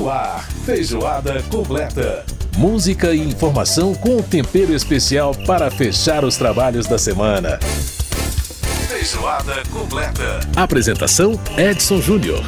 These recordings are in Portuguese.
No ar, Feijoada Completa. Música e informação com tempero especial para fechar os trabalhos da semana. Feijoada Completa. Apresentação: Edson Júnior.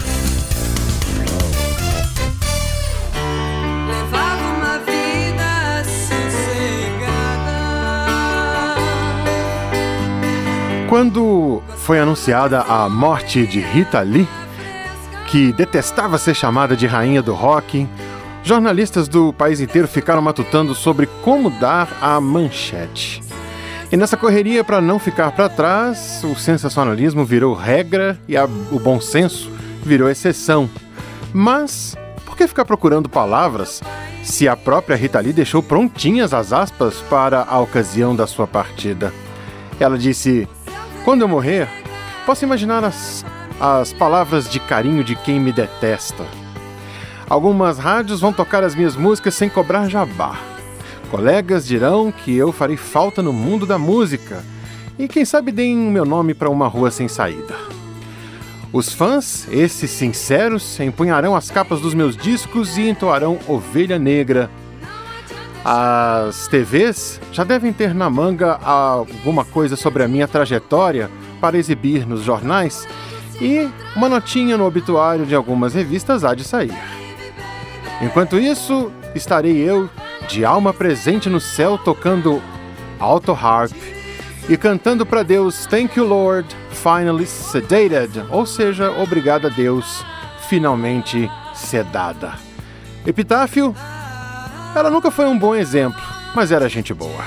Quando foi anunciada a morte de Rita Lee, que detestava ser chamada de rainha do rock, jornalistas do país inteiro ficaram matutando sobre como dar a manchete. E nessa correria para não ficar para trás, o sensacionalismo virou regra e o bom senso virou exceção. Mas por que ficar procurando palavras se a própria Rita Lee deixou prontinhas as aspas para a ocasião da sua partida? Ela disse: "Quando eu morrer, posso imaginar as palavras de carinho de quem me detesta. Algumas rádios vão tocar as minhas músicas sem cobrar jabá. Colegas dirão que eu farei falta no mundo da música. E quem sabe deem meu nome para uma rua sem saída. Os fãs, esses sinceros, empunharão as capas dos meus discos e entoarão Ovelha Negra. As TVs já devem ter na manga alguma coisa sobre a minha trajetória para exibir nos jornais, e uma notinha no obituário de algumas revistas há de sair. Enquanto isso, estarei eu, de alma presente no céu, tocando alto harp e cantando para Deus Thank you Lord, finally sedated, ou seja, obrigado a Deus, finalmente sedada." Epitáfio: ela nunca foi um bom exemplo, mas era gente boa.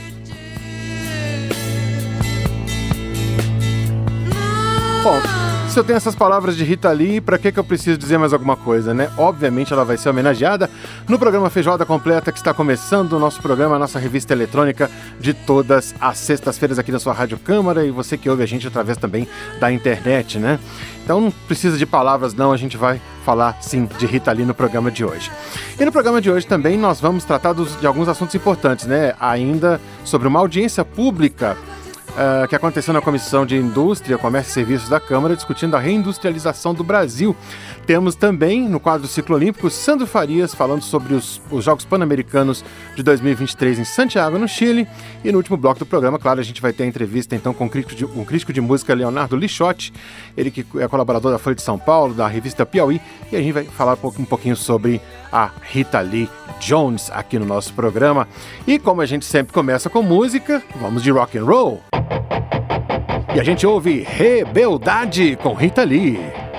Bom, se eu tenho essas palavras de Rita Lee, pra que eu preciso dizer mais alguma coisa, né? Obviamente ela vai ser homenageada no programa Feijoada Completa, que está começando o nosso programa, a nossa revista eletrônica de todas as sextas-feiras aqui na sua Rádio Câmara, e você que ouve a gente através também da internet, né? Então não precisa de palavras não, a gente vai falar sim de Rita Lee no programa de hoje. E no programa de hoje também nós vamos tratar de alguns assuntos importantes, né? Ainda sobre uma audiência pública que aconteceu na Comissão de Indústria, Comércio e Serviços da Câmara, discutindo a reindustrialização do Brasil. Temos também, no quadro do Ciclo Olímpico, Sandro Farias falando sobre os Jogos Pan-Americanos de 2023 em Santiago, no Chile. E no último bloco do programa, claro, a gente vai ter a entrevista então com um crítico de música, Leonardo Lixotti, ele que é colaborador da Folha de São Paulo, da revista Piauí, e a gente vai falar um pouquinho sobre a Rita Lee Jones aqui no nosso programa. E como a gente sempre começa com música, vamos de rock and roll. E a gente ouve Rebeldade com Rita Lee.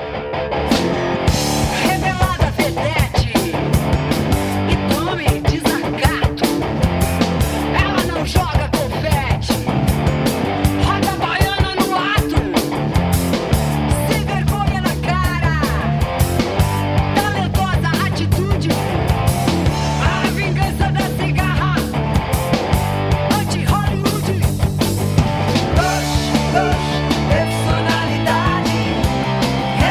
Rebelada vedete e tome desacato. Ela não joga confete, roda baiana no ato. Sem vergonha na cara, talentosa atitude. A vingança da cigarra, anti-Hollywood. Personalidade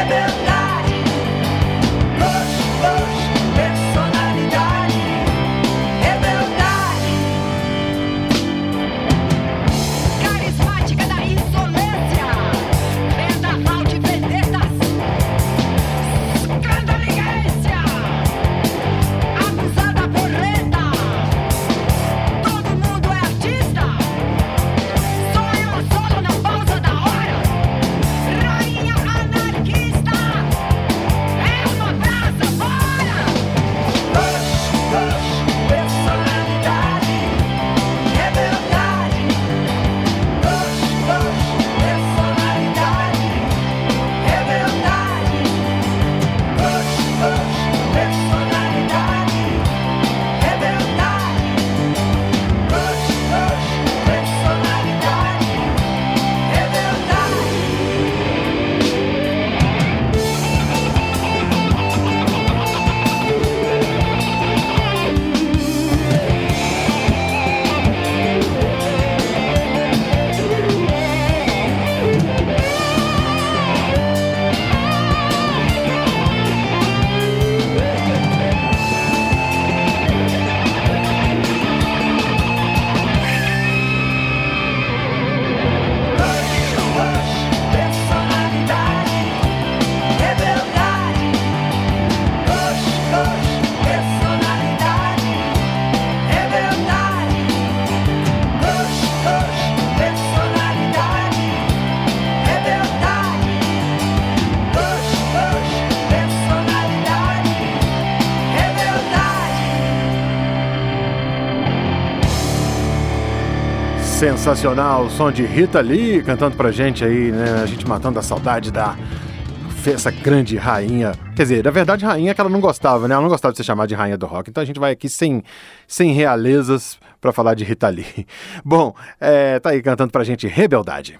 Sensacional, o som de Rita Lee cantando pra gente aí, né? A gente matando a saudade essa grande rainha. Quer dizer, na verdade, rainha é que ela não gostava, né? Ela não gostava de ser chamada de rainha do rock. Então a gente vai aqui sem realezas pra falar de Rita Lee. Bom, tá aí cantando pra gente Rebeldade.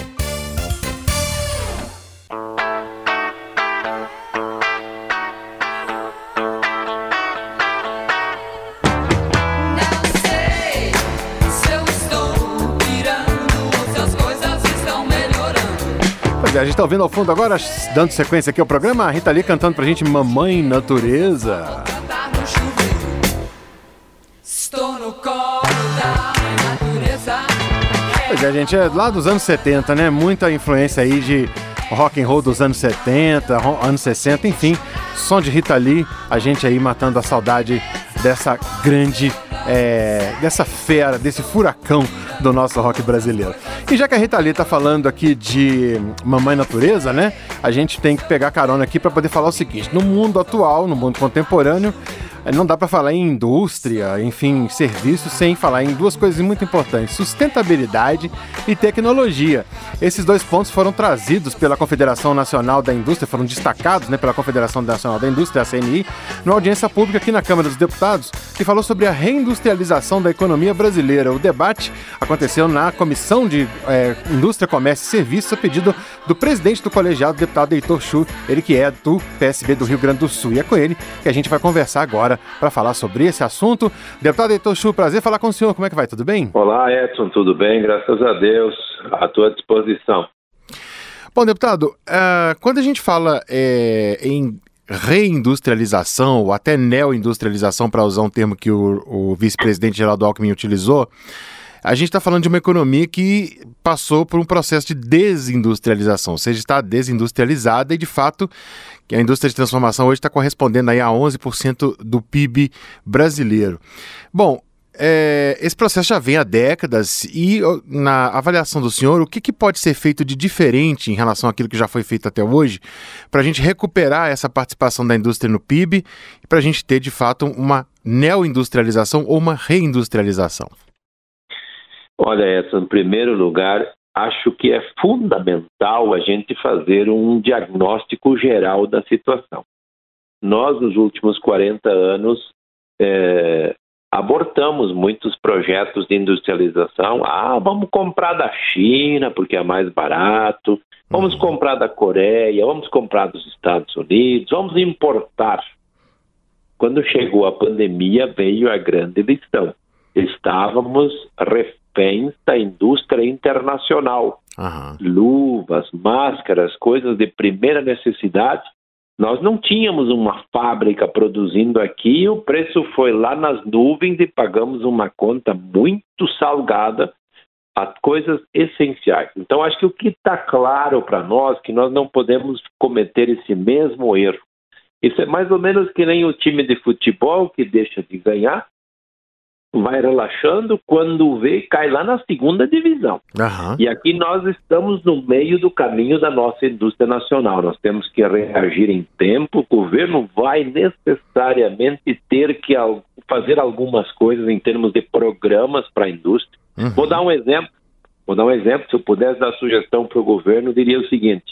A gente tá ouvindo ao fundo agora, dando sequência aqui ao programa, a Rita Lee cantando pra gente Mamãe Natureza. Estou no colo da natureza. Pois é, gente, é lá dos anos 70, né? Muita influência aí de rock and roll dos anos 70, anos 60, enfim. Som de Rita Lee, a gente aí matando a saudade dessa grande, dessa fera, desse furacão do nosso rock brasileiro. E já que a Rita Lee tá falando aqui de Mamãe Natureza, né? A gente tem que pegar carona aqui para poder falar o seguinte: no mundo atual, no mundo contemporâneo, não dá para falar em indústria, enfim, serviços, sem falar em duas coisas muito importantes: sustentabilidade e tecnologia. Esses dois pontos foram trazidos pela Confederação Nacional da Indústria, foram destacados, né, pela Confederação Nacional da Indústria, a CNI, numa audiência pública aqui na Câmara dos Deputados, que falou sobre a reindustrialização da economia brasileira. O debate aconteceu na Comissão de Indústria, Comércio e Serviços, a pedido do presidente do colegiado, o deputado Heitor Chu, ele que é do PSB do Rio Grande do Sul. E é com ele que a gente vai conversar agora para falar sobre esse assunto. Deputado Heitor Chu, prazer falar com o senhor. Como é que vai? Tudo bem? Olá, Edson. Tudo bem? Graças a Deus. À tua disposição. Bom, deputado, quando a gente fala em reindustrialização ou até neoindustrialização, para usar um termo que o vice-presidente Geraldo Alckmin utilizou, a gente está falando de uma economia que passou por um processo de desindustrialização, ou seja, está desindustrializada e, de fato, que a indústria de transformação hoje está correspondendo aí a 11% do PIB brasileiro. Bom, esse processo já vem há décadas e, na avaliação do senhor, o que pode ser feito de diferente em relação àquilo que já foi feito até hoje para a gente recuperar essa participação da indústria no PIB e para a gente ter, de fato, uma neoindustrialização ou uma reindustrialização? Olha, Edson, em primeiro lugar, acho que é fundamental a gente fazer um diagnóstico geral da situação. Nós, nos últimos 40 anos, abortamos muitos projetos de industrialização. Vamos comprar da China porque é mais barato, vamos comprar da Coreia, vamos comprar dos Estados Unidos, vamos importar. Quando chegou a pandemia, veio a grande lição. Estávamos reféns da indústria internacional. Luvas, máscaras, coisas de primeira necessidade. Nós não tínhamos uma fábrica produzindo aqui, o preço foi lá nas nuvens e pagamos uma conta muito salgada a coisas essenciais. Então, acho que o que está claro para nós é que nós não podemos cometer esse mesmo erro. Isso é mais ou menos que nem o time de futebol que deixa de ganhar, vai relaxando, quando vê, cai lá na segunda divisão. E aqui nós estamos no meio do caminho da nossa indústria nacional. Nós temos que reagir em tempo. O governo vai necessariamente ter que fazer algumas coisas em termos de programas para a indústria. Vou dar um exemplo. Se eu pudesse dar sugestão para o governo, eu diria o seguinte: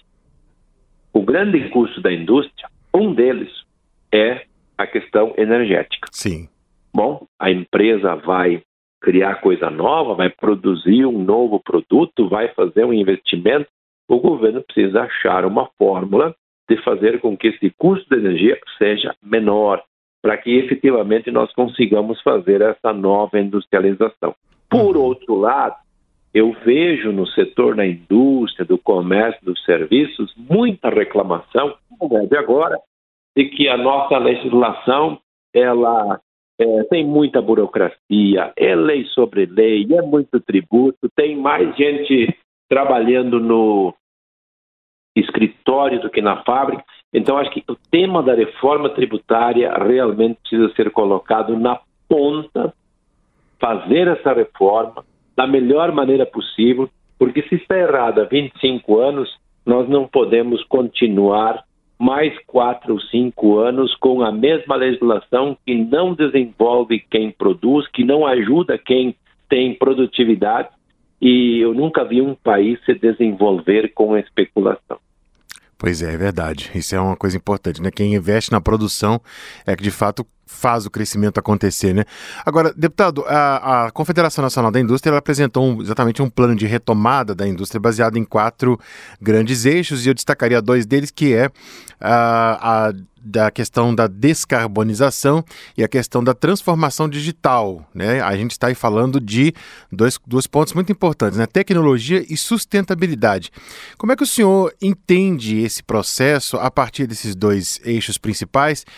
o grande custo da indústria, um deles é a questão energética. Sim. Bom, a empresa vai criar coisa nova, vai produzir um novo produto, vai fazer um investimento. O governo precisa achar uma fórmula de fazer com que esse custo de energia seja menor, para que efetivamente nós consigamos fazer essa nova industrialização. Por outro lado, eu vejo no setor da indústria, do comércio, dos serviços, muita reclamação, como é de agora, de que a nossa legislação, ela tem muita burocracia, é lei sobre lei, é muito tributo, tem mais gente trabalhando no escritório do que na fábrica. Então, acho que o tema da reforma tributária realmente precisa ser colocado na ponta, fazer essa reforma da melhor maneira possível, porque se está errado há 25 anos, nós não podemos continuar mais 4 ou 5 anos com a mesma legislação que não desenvolve quem produz, que não ajuda quem tem produtividade e eu nunca vi um país se desenvolver com especulação. Pois é verdade. Isso é uma coisa importante, né? Quem investe na produção é que, de fato, faz o crescimento acontecer, né? Agora, deputado, a Confederação Nacional da Indústria ela apresentou exatamente um plano de retomada da indústria baseado em 4 grandes eixos, e eu destacaria 2 deles, que é da questão da descarbonização e a questão da transformação digital, né? A gente está aí falando de dois pontos muito importantes, né? Tecnologia e sustentabilidade. Como é que o senhor entende esse processo a partir desses 2 eixos principais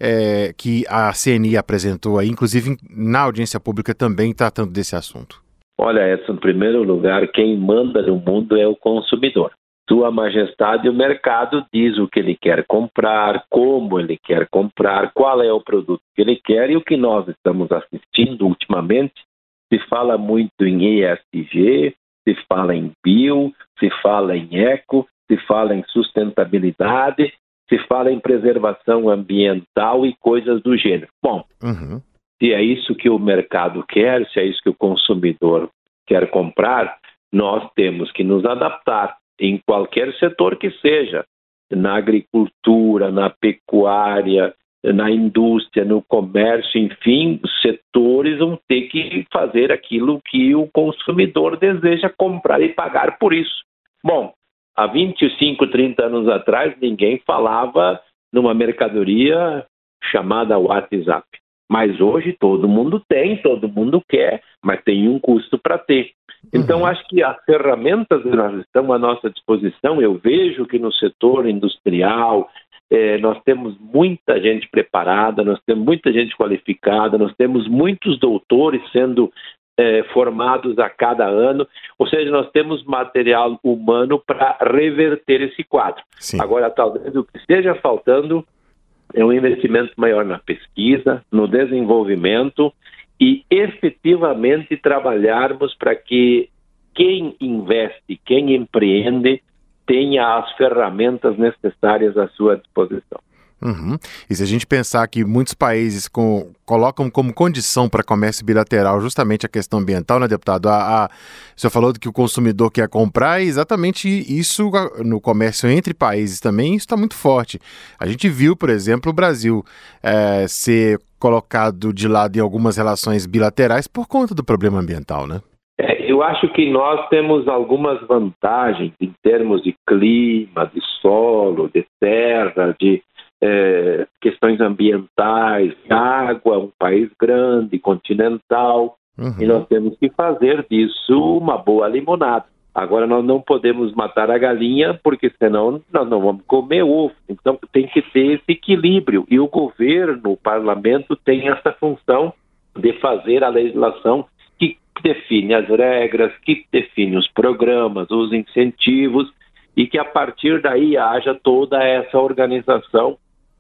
que a CNI apresentou aí, inclusive na audiência pública também tratando desse assunto? Olha, Edson, em primeiro lugar, quem manda no mundo é o consumidor. Sua Majestade, o mercado diz o que ele quer comprar, como ele quer comprar, qual é o produto que ele quer, e o que nós estamos assistindo ultimamente, se fala muito em ESG, se fala em bio, se fala em eco, se fala em sustentabilidade, se fala em preservação ambiental e coisas do gênero. Bom, se é isso que o mercado quer, se é isso que o consumidor quer comprar, nós temos que nos adaptar em qualquer setor que seja, na agricultura, na pecuária, na indústria, no comércio, enfim, os setores vão ter que fazer aquilo que o consumidor deseja comprar e pagar por isso. Bom, há 25, 30 anos atrás, ninguém falava numa mercadoria chamada WhatsApp. Mas hoje todo mundo tem, todo mundo quer, mas tem um custo para ter. Então, acho que as ferramentas estão à nossa disposição. Eu vejo que no setor industrial nós temos muita gente preparada, nós temos muita gente qualificada, nós temos muitos doutores sendo formados a cada ano, ou seja, nós temos material humano para reverter esse quadro. Sim. Agora, talvez o que esteja faltando é um investimento maior na pesquisa, no desenvolvimento e efetivamente trabalharmos para que quem investe, quem empreende, tenha as ferramentas necessárias à sua disposição. E se a gente pensar que muitos países colocam como condição para comércio bilateral justamente a questão ambiental, né, deputado? O senhor falou que o consumidor quer comprar, e exatamente isso no comércio entre países também, isso está muito forte. A gente viu, por exemplo, o Brasil ser colocado de lado em algumas relações bilaterais por conta do problema ambiental, né? Eu acho que nós temos algumas vantagens em termos de clima, de solo, de terra, de questões ambientais, água, um país grande, continental, e nós temos que fazer disso uma boa limonada. Agora, nós não podemos matar a galinha, porque senão nós não vamos comer ovo. Então, tem que ter esse equilíbrio, e o governo, o parlamento, tem essa função de fazer a legislação que define as regras, que define os programas, os incentivos, e que a partir daí haja toda essa organização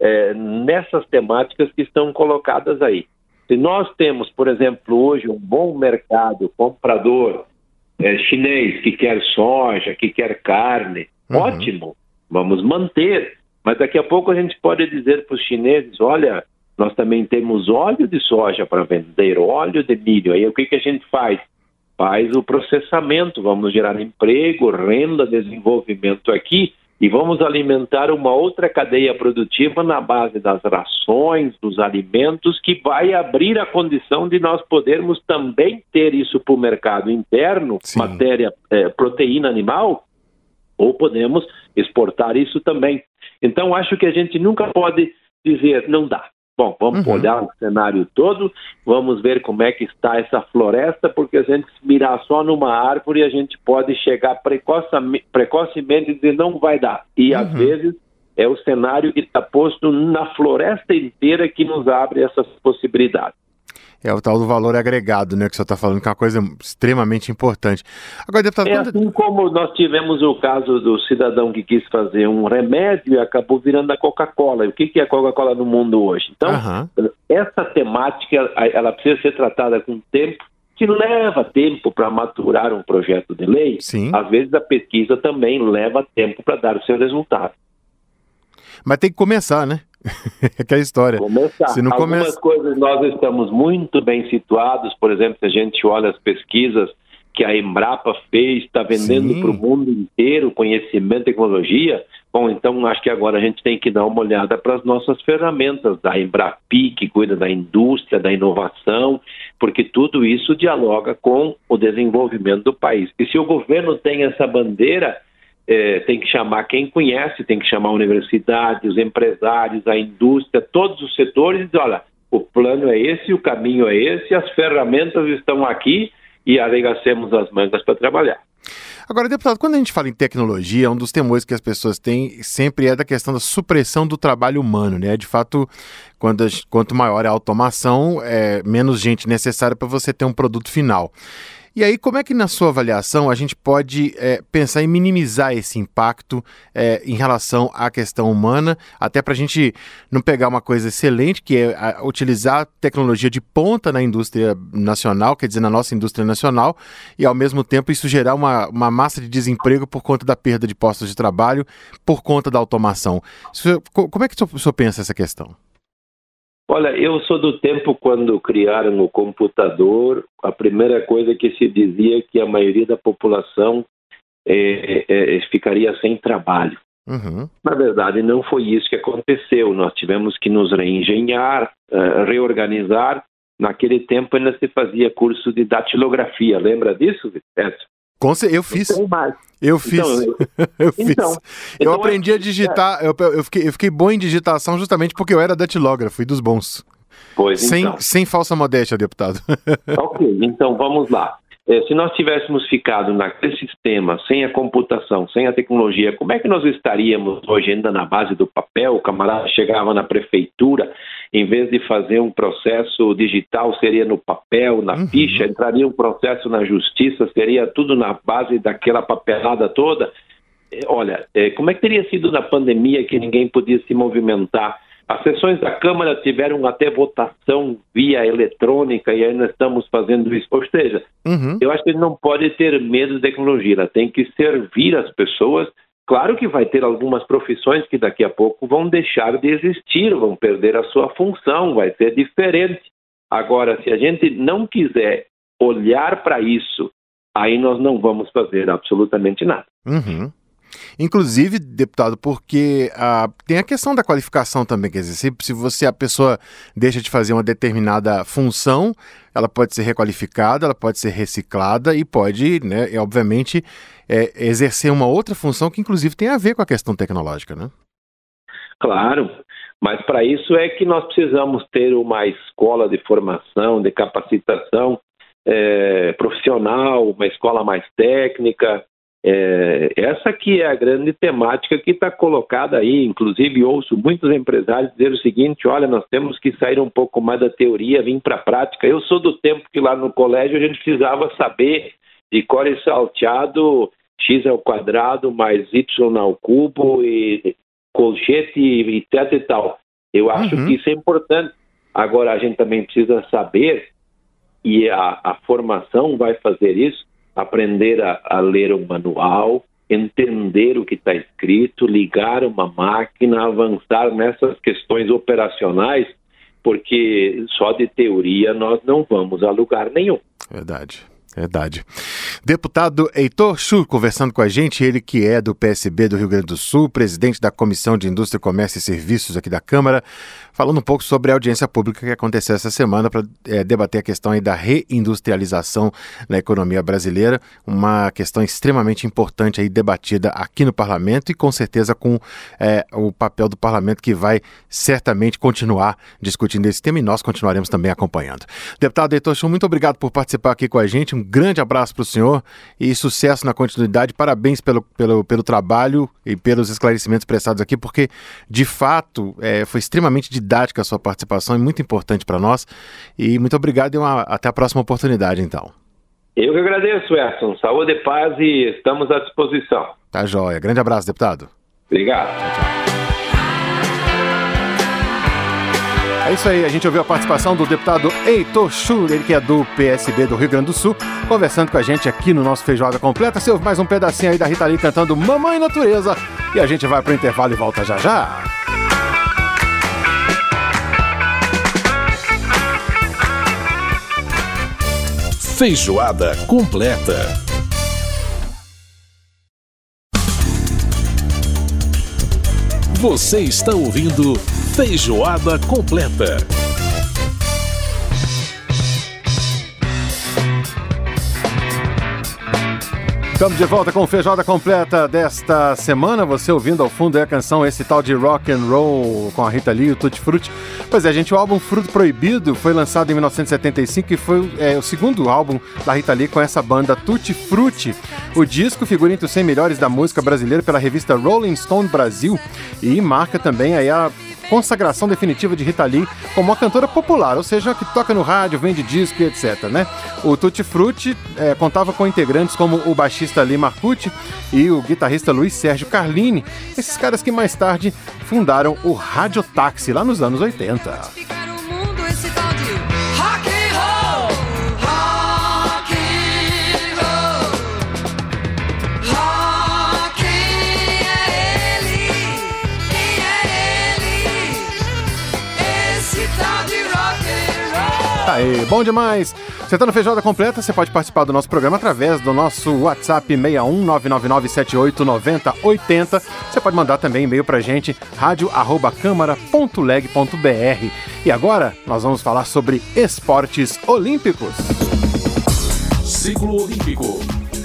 nessas temáticas que estão colocadas aí. Se nós temos, por exemplo, hoje um bom mercado comprador chinês que quer soja, que quer carne, ótimo, vamos manter. Mas daqui a pouco a gente pode dizer para os chineses, olha, nós também temos óleo de soja para vender, óleo de milho. Aí o que a gente faz? Faz o processamento, vamos gerar emprego, renda, desenvolvimento aqui, e vamos alimentar uma outra cadeia produtiva na base das rações, dos alimentos, que vai abrir a condição de nós podermos também ter isso para o mercado interno, sim, proteína animal, ou podemos exportar isso também. Então, acho que a gente nunca pode dizer, não dá. Bom, vamos olhar o cenário todo, vamos ver como é que está essa floresta, porque a gente se mirar só numa árvore, a gente pode chegar precocemente e dizer não vai dar. E às vezes é o cenário que está posto na floresta inteira que nos abre essas possibilidades. É o tal do valor agregado, né, que o senhor está falando, que é uma coisa extremamente importante. Agora, deputado, assim como nós tivemos o caso do cidadão que quis fazer um remédio e acabou virando a Coca-Cola. E o que é a Coca-Cola no mundo hoje? Então, essa temática, ela precisa ser tratada com tempo, que leva tempo para maturar um projeto de lei. Sim. Às vezes a pesquisa também leva tempo para dar o seu resultado. Mas tem que começar, né? É aquela história. Se não Algumas coisas nós estamos muito bem situados, por exemplo, se a gente olha as pesquisas que a Embrapa fez, está vendendo para o mundo inteiro conhecimento e tecnologia. Bom, então acho que agora a gente tem que dar uma olhada para as nossas ferramentas da Embrapi, que cuida da indústria, da inovação, porque tudo isso dialoga com o desenvolvimento do país. E se o governo tem essa bandeira, tem que chamar quem conhece, tem que chamar a universidade, os empresários, a indústria, todos os setores, e dizer, olha, o plano é esse, o caminho é esse, as ferramentas estão aqui e arregacemos as mangas para trabalhar. Agora, deputado, quando a gente fala em tecnologia, um dos temores que as pessoas têm sempre é da questão da supressão do trabalho humano, né? De fato, quanto maior a automação, menos gente necessária para você ter um produto final. E aí, como é que na sua avaliação a gente pode pensar em minimizar esse impacto em relação à questão humana, até para a gente não pegar uma coisa excelente, que é utilizar tecnologia de ponta na indústria nacional, quer dizer, na nossa indústria nacional, e ao mesmo tempo isso gerar uma massa de desemprego por conta da perda de postos de trabalho, por conta da automação. Como é que o senhor pensa essa questão? Olha, eu sou do tempo quando criaram o computador, a primeira coisa que se dizia é que a maioria da população ficaria sem trabalho. Uhum. Na verdade, não foi isso que aconteceu. Nós tivemos que nos reengenhar, reorganizar. Naquele tempo ainda se fazia curso de datilografia. Lembra disso, Edson? Eu fiz. Eu aprendi a digitar, eu fiquei bom em digitação justamente porque eu era datilógrafo e dos bons. Sem falsa modéstia, deputado. Ok, então vamos lá. Se nós tivéssemos ficado naquele sistema, sem a computação, sem a tecnologia, como é que nós estaríamos hoje ainda na base do papel? O camarada chegava na prefeitura, em vez de fazer um processo digital, seria no papel, na ficha, entraria um processo na justiça, seria tudo na base daquela papelada toda. Olha, como é que teria sido na pandemia que ninguém podia se movimentar? As sessões da Câmara tiveram até votação via eletrônica e ainda estamos fazendo isso. Ou seja, eu acho que ele não pode ter medo de tecnologia, ela tem que servir as pessoas. Claro que vai ter algumas profissões que daqui a pouco vão deixar de existir, vão perder a sua função, vai ser diferente. Agora, se a gente não quiser olhar para isso, aí nós não vamos fazer absolutamente nada. Inclusive, deputado, porque tem a questão da qualificação também, quer dizer, se a pessoa deixa de fazer uma determinada função, ela pode ser requalificada, ela pode ser reciclada e pode, né, obviamente, exercer uma outra função que inclusive tem a ver com a questão tecnológica, né? Claro, mas para isso é que nós precisamos ter uma escola de formação, de capacitação profissional, uma escola mais técnica. Essa que é a grande temática que está colocada aí. Inclusive ouço muitos empresários dizer o seguinte: olha, nós temos que sair um pouco mais da teoria, vir para a prática. Eu sou do tempo que lá no colégio a gente precisava saber de cor e salteado, x ao quadrado mais y ao cubo e colchete e etc e tal. Eu acho que isso é importante. Agora a gente também precisa saber, e a formação vai fazer isso, aprender a ler um manual, entender o que está escrito, ligar uma máquina, avançar nessas questões operacionais, porque só de teoria nós não vamos a lugar nenhum. Verdade. Deputado Heitor Schur conversando com a gente, ele que é do PSB do Rio Grande do Sul, presidente da Comissão de Indústria, Comércio e Serviços aqui da Câmara, falando um pouco sobre a audiência pública que aconteceu essa semana para debater a questão aí da reindustrialização na economia brasileira, uma questão extremamente importante aí debatida aqui no Parlamento e com certeza com o papel do Parlamento que vai certamente continuar discutindo esse tema e nós continuaremos também acompanhando. Deputado Heitor Schur, muito obrigado por participar aqui com a gente, um grande abraço para o senhor e sucesso na continuidade, parabéns pelo trabalho e pelos esclarecimentos prestados aqui, porque de fato foi extremamente didática a sua participação e muito importante para nós, e muito obrigado e até a próxima oportunidade então. Eu que agradeço, Edson, saúde e paz e estamos à disposição. Tá joia, grande abraço, deputado. Obrigado. Tchau. É isso aí, a gente ouviu a participação do deputado Heitor Schur, ele que é do PSB do Rio Grande do Sul, conversando com a gente aqui no nosso Feijoada Completa. Você ouve mais um pedacinho aí da Rita Lee cantando Mamãe Natureza e a gente vai pro intervalo e volta já já. Feijoada completa. Você está ouvindo Feijoada Completa. Estamos de volta com Feijoada Completa desta semana. Você ouvindo ao fundo é a canção Esse Tal de Rock and Roll com a Rita Lee e o Tutti Frutti. Pois é, gente, o álbum Fruto Proibido foi lançado em 1975 e foi o segundo álbum da Rita Lee com essa banda Tutti Frutti. O disco figura entre os 100 melhores da música brasileira pela revista Rolling Stone Brasil e marca também aí a consagração definitiva de Rita Lee como uma cantora popular, ou seja, que toca no rádio, vende disco e etc, né? O Tutti Frutti contava com integrantes como o baixista Lee Marcucci e o guitarrista Luiz Sérgio Carlini, esses caras que mais tarde fundaram o Radiotáxi lá nos anos 80. Aí, bom demais! Você está no Feijoada Completa, você pode participar do nosso programa através do nosso WhatsApp 61999789080. Você pode mandar também e-mail pra gente, radio@câmara.leg.br. E agora, nós vamos falar sobre esportes olímpicos. Ciclo Olímpico.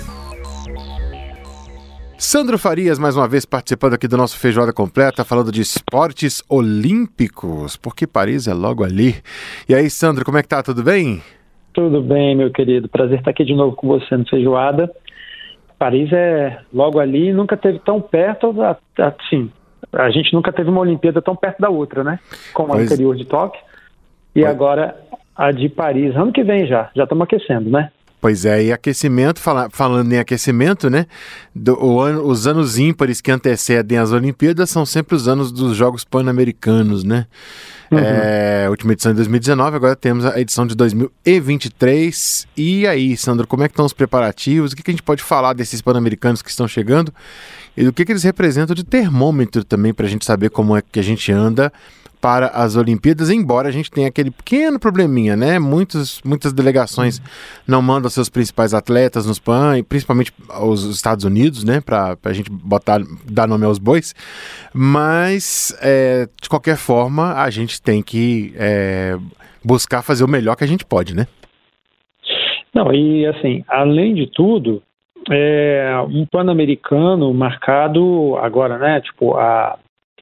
Sandro Farias, mais uma vez participando aqui do nosso Feijoada Completa, falando de esportes olímpicos, porque Paris é logo ali. E aí, Sandro, como é que tá? Tudo bem? Tudo bem, meu querido. Prazer estar aqui de novo com você no Feijoada. Paris é logo ali, nunca teve tão perto, assim, a gente nunca teve uma Olimpíada tão perto da outra, né? Como a anterior de Tóquio. E agora a de Paris, ano que vem já estamos aquecendo, né? Pois é, e aquecimento, falando em aquecimento, né? Os anos ímpares que antecedem as Olimpíadas são sempre os anos dos Jogos Pan-Americanos, né? Uhum. A última edição de 2019, agora temos a edição de 2023. E aí, Sandro, como é que estão os preparativos? O que a gente pode falar desses Pan-Americanos que estão chegando? E do que eles representam de termômetro também, para a gente saber como é que a gente anda para as Olimpíadas, embora a gente tenha aquele pequeno probleminha, né? Muitas delegações não mandam seus principais atletas nos PAN, e principalmente os Estados Unidos, né? Para a gente dar nome aos bois. Mas, de qualquer forma, a gente tem que buscar fazer o melhor que a gente pode, né? Não, e assim, além de tudo, um Pan-Americano marcado agora, né? Tipo, a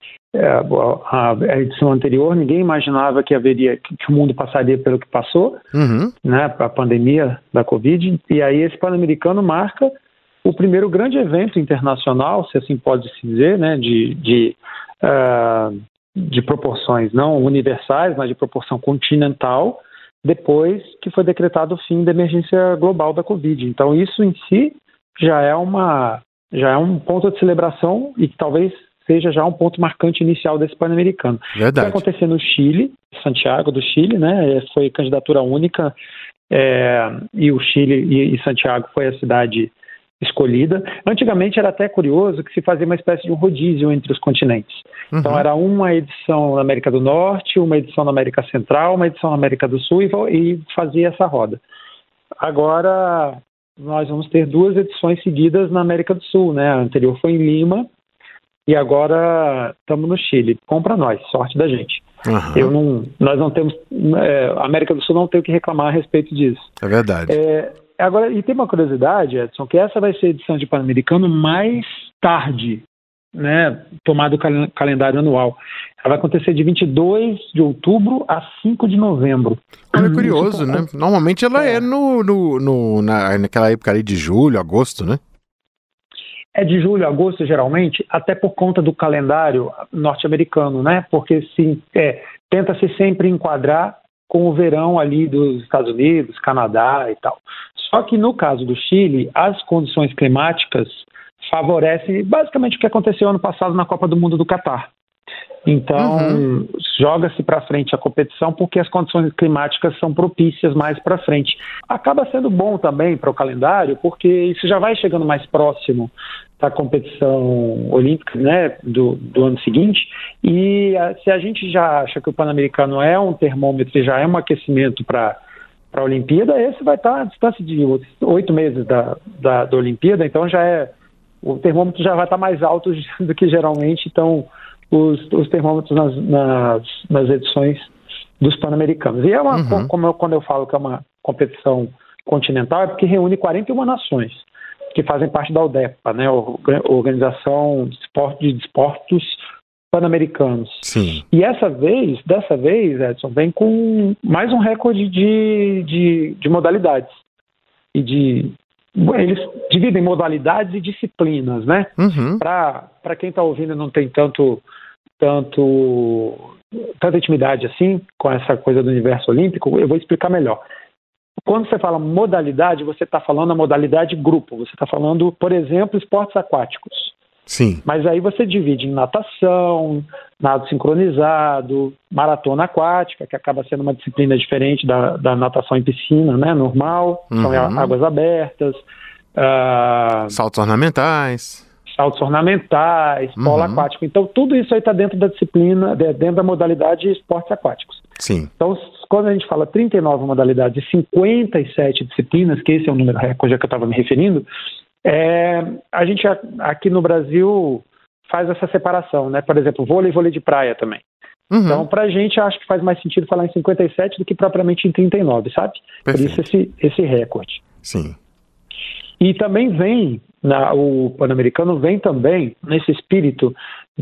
edição anterior, ninguém imaginava que o mundo passaria pelo que passou, né, a pandemia da Covid, e aí esse Pan-Americano marca o primeiro grande evento internacional, se assim pode se dizer, né, de proporções não universais, mas de proporção continental, depois que foi decretado o fim da emergência global da Covid. Então isso em si já é um ponto de celebração e que talvez seja já um ponto marcante inicial desse Pan-Americano. Verdade. Vai acontecer no Chile, Santiago do Chile, né? Foi candidatura única e o Chile e Santiago foi a cidade escolhida. Antigamente era até curioso que se fazia uma espécie de um rodízio entre os continentes. Uhum. Então era uma edição na América do Norte, uma edição na América Central, uma edição na América do Sul e fazia essa roda. Agora nós vamos ter 2 edições seguidas na América do Sul, né? A anterior foi em Lima, e agora estamos no Chile. Compra nós, sorte da gente. Uhum. Nós não temos, a América do Sul não tem o que reclamar a respeito disso. É verdade. Agora, e tem uma curiosidade, Edson, que essa vai ser a edição de Pan-Americano mais tarde, né, tomado o calendário anual. Ela vai acontecer de 22 de outubro a 5 de novembro. É curioso, né? Normalmente ela é naquela época ali de julho, agosto, né? É de julho a agosto, geralmente, até por conta do calendário norte-americano, né? Porque tenta-se sempre enquadrar com o verão ali dos Estados Unidos, Canadá e tal. Só que no caso do Chile, as condições climáticas favorecem basicamente o que aconteceu ano passado na Copa do Mundo do Catar. Então, joga-se para frente a competição porque as condições climáticas são propícias mais para frente. Acaba sendo bom também para o calendário, porque isso já vai chegando mais próximo da competição olímpica, né, do ano seguinte, e se a gente já acha que o Pan-Americano é um termômetro, já é um aquecimento para a Olimpíada, esse vai estar a distância de 8 meses da Olimpíada, então o termômetro já vai estar mais alto do que geralmente estão os termômetros nas edições dos Pan-Americanos. E quando eu falo que é uma competição continental, é porque reúne 41 nações que fazem parte da ODEPA, né, Organização de Desportos Pan-Americanos. Sim. E dessa vez, Edson, vem com mais um recorde de modalidades. Eles dividem modalidades e disciplinas, né? Uhum. Para quem está ouvindo e não tem tanta intimidade assim com essa coisa do universo olímpico, eu vou explicar melhor. Quando você fala modalidade, você está falando a modalidade grupo. Você está falando, por exemplo, esportes aquáticos. Sim. Mas aí você divide em natação, nado sincronizado, maratona aquática, que acaba sendo uma disciplina diferente da natação em piscina, né, normal, são águas abertas. Saltos ornamentais, polo aquático. Então, tudo isso aí está dentro da disciplina, dentro da modalidade de esportes aquáticos. Sim. Então, quando a gente fala 39 modalidades e 57 disciplinas, que esse é o número recorde a que eu estava me referindo, a gente aqui no Brasil faz essa separação, né? Por exemplo, vôlei de praia também. Então, pra gente, acho que faz mais sentido falar em 57 do que propriamente em 39, sabe? Perfeito. Por isso esse recorde. Sim. E também o Pan-Americano vem também nesse espírito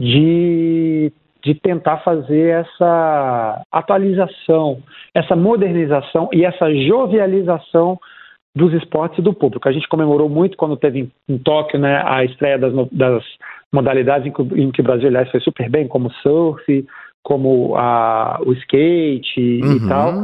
de tentar fazer essa atualização, essa modernização e essa jovialização dos esportes e do público. A gente comemorou muito quando teve em Tóquio, né, a estreia das modalidades em que o Brasil, aliás, foi super bem, como surf, como o skate e tal.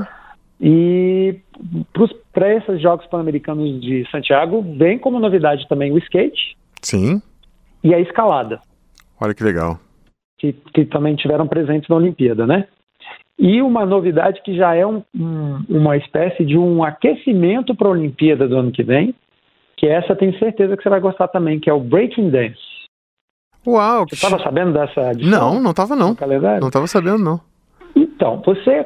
E para esses Jogos Pan-Americanos de Santiago, vem como novidade também o skate. Sim. E a escalada. Olha que legal. Que também tiveram presentes na Olimpíada, né? E uma novidade que já é uma espécie de um aquecimento para a Olimpíada do ano que vem, que essa eu tenho certeza que você vai gostar também, que é o Breaking Dance. Uau! Você estava sabendo dessa edição? Não estava não. Não estava sabendo não. Então,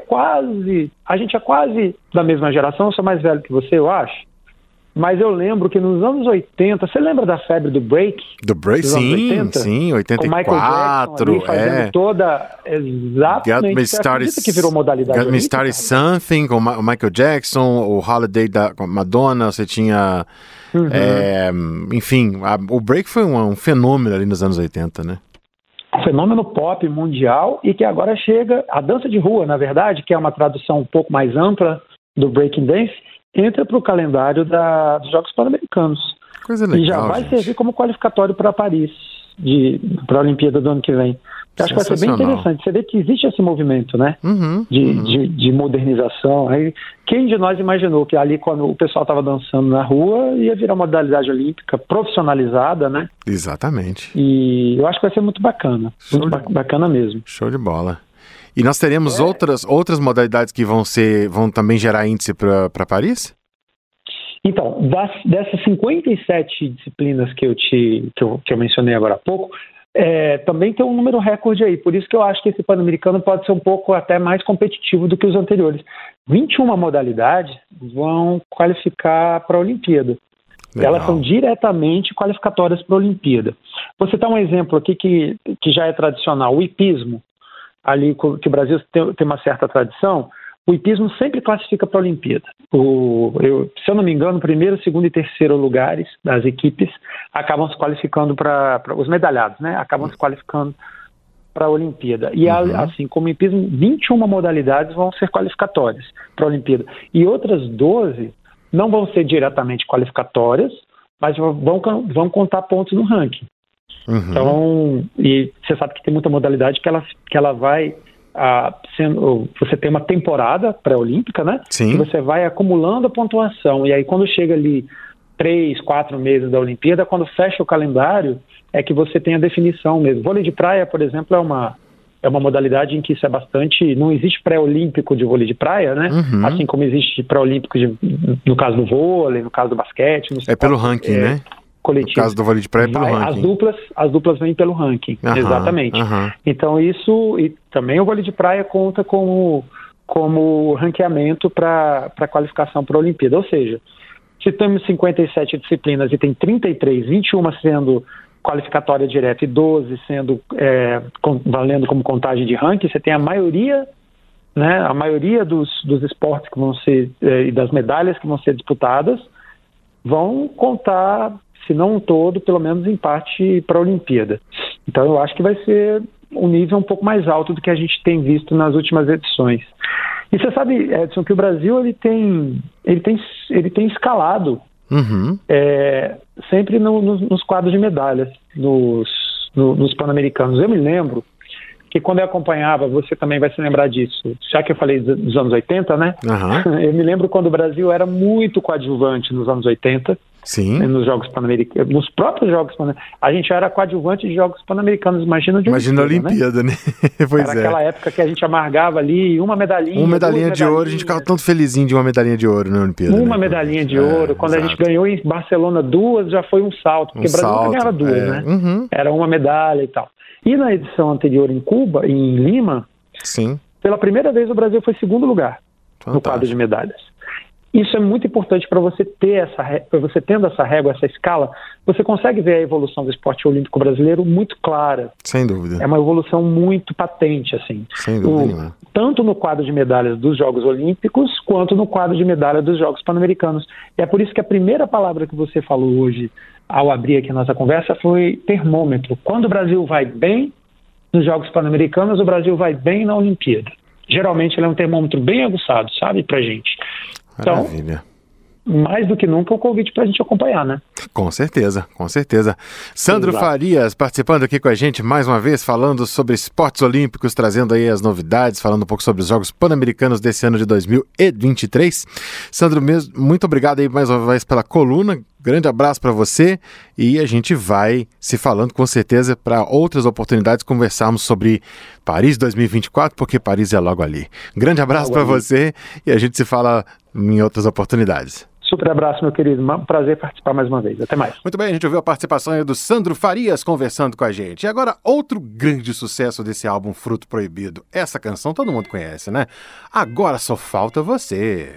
a gente é quase da mesma geração, eu sou mais velho que você, eu acho. Mas eu lembro que nos anos 80, você lembra da febre do break? Do break, sim, 84. Com Michael Jackson ali fazendo toda... Exatamente. Você acredita que virou modalidade Got Me Started Something, com o Michael Jackson, o Holiday com a Madonna, você tinha... enfim, o break foi um fenômeno ali nos anos 80, né? Um fenômeno pop mundial e que agora chega... A dança de rua, na verdade, que é uma tradução um pouco mais ampla do breaking dance, entra para o calendário dos Jogos Pan-Americanos. Coisa legal, e já vai servir como qualificatório para Paris, para a Olimpíada do ano que vem. Eu acho que vai ser bem interessante. Você vê que existe esse movimento, né? De modernização. Aí, quem de nós imaginou que ali, quando o pessoal estava dançando na rua, ia virar modalidade olímpica profissionalizada, né? Exatamente. E eu acho que vai ser muito bacana. Bacana mesmo. Show de bola. E nós teremos outras modalidades que vão também gerar índice para Paris? Então, dessas 57 disciplinas que eu mencionei agora há pouco, também tem um número recorde aí. Por isso que eu acho que esse Pan-Americano pode ser um pouco até mais competitivo do que os anteriores. 21 modalidades vão qualificar para a Olimpíada. Legal. Elas são diretamente qualificatórias para a Olimpíada. Vou citar um exemplo aqui que já é tradicional, o hipismo. Ali que o Brasil tem uma certa tradição, o hipismo sempre classifica para a Olimpíada. Se eu não me engano, primeiro, segundo e terceiro lugares das equipes acabam se qualificando para os medalhados, né? Acabam se qualificando para a Olimpíada. E assim como o hipismo, 21 modalidades vão ser qualificatórias para a Olimpíada. E outras 12 não vão ser diretamente qualificatórias, mas vão contar pontos no ranking. Então, e você sabe que tem muita modalidade que ela vai você tem uma temporada pré-olímpica, né? Sim. E você vai acumulando a pontuação. E aí quando chega ali 3, 4 meses da Olimpíada, quando fecha o calendário, é que você tem a definição mesmo. Vôlei de praia, por exemplo, é uma modalidade em que isso é bastante... Não existe pré-olímpico de vôlei de praia, né? Assim como existe pré-olímpico no caso do vôlei, no caso do basquete. Pelo ranking, né? Coletivo. No caso do vôlei de praia, pelo ranking. As duplas vêm pelo ranking, exatamente. Então isso, e também o vôlei de praia conta com como ranqueamento para a qualificação para a Olimpíada. Ou seja, se temos 57 disciplinas e tem 33, 21 sendo qualificatória direta e 12 sendo valendo como contagem de ranking, você tem a maioria, né, dos esportes que vão ser e das medalhas que vão ser disputadas vão contar, se não um todo, pelo menos em parte para a Olimpíada. Então eu acho que vai ser um nível um pouco mais alto do que a gente tem visto nas últimas edições. E você sabe, Edson, que o Brasil ele tem escalado sempre nos quadros de medalhas, nos Pan-Americanos. Eu me lembro que quando eu acompanhava, você também vai se lembrar disso, já que eu falei dos anos 80, né? Eu me lembro quando o Brasil era muito coadjuvante nos anos 80, sim, nos Jogos Pan-Americanos, nos próprios Jogos Pan-Americanos. A gente era coadjuvante de Jogos Pan-Americanos, imagina a Olimpíada, né? Pois era aquela época que a gente amargava ali uma medalhinha de ouro, a gente ficava tanto felizinho de uma medalhinha de ouro na Olimpíada. Uma medalhinha de ouro, quando a gente ganhou em Barcelona 2, já foi um salto, porque o Brasil nunca ganhava 2, né? Era uma medalha e tal. E na edição anterior em Cuba, em Lima, sim, pela primeira vez o Brasil foi segundo lugar no quadro de medalhas. Isso é muito importante para você ter você tendo essa régua, essa escala, você consegue ver a evolução do esporte olímpico brasileiro muito clara. Sem dúvida. É uma evolução muito patente, assim. Sem dúvida. Tanto no quadro de medalhas dos Jogos Olímpicos, quanto no quadro de medalhas dos Jogos Pan-Americanos. E é por isso que a primeira palavra que você falou hoje, ao abrir aqui a nossa conversa, foi termômetro. Quando o Brasil vai bem nos Jogos Pan-Americanos, o Brasil vai bem na Olimpíada. Geralmente ele é um termômetro bem aguçado, sabe, pra gente. Maravilha. Então, mais do que nunca, o convite pra gente acompanhar, né? Com certeza, com certeza. Sandro Farias participando aqui com a gente mais uma vez, falando sobre esportes olímpicos, trazendo aí as novidades, falando um pouco sobre os Jogos Pan-Americanos desse ano de 2023. Sandro, muito obrigado aí mais uma vez pela coluna. Grande abraço para você e a gente vai se falando com certeza para outras oportunidades conversarmos sobre Paris 2024, porque Paris é logo ali. Grande abraço para você e a gente se fala em outras oportunidades. Super abraço, meu querido. Um prazer participar mais uma vez. Até mais. Muito bem, a gente ouviu a participação aí do Sandro Farias conversando com a gente. E agora, outro grande sucesso desse álbum Fruto Proibido. Essa canção todo mundo conhece, né? Agora Só Falta Você.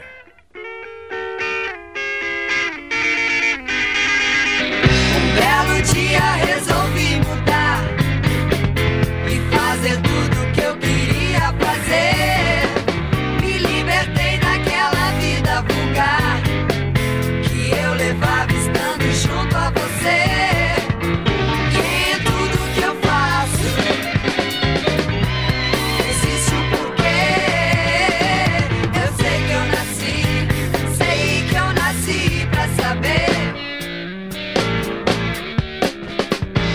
Belo dia resolvi mudar e fazer tudo que eu queria fazer. Me libertei daquela vida vulgar que eu levava estando junto a você. E em tudo que eu faço existe um porquê. Eu sei que eu nasci pra saber.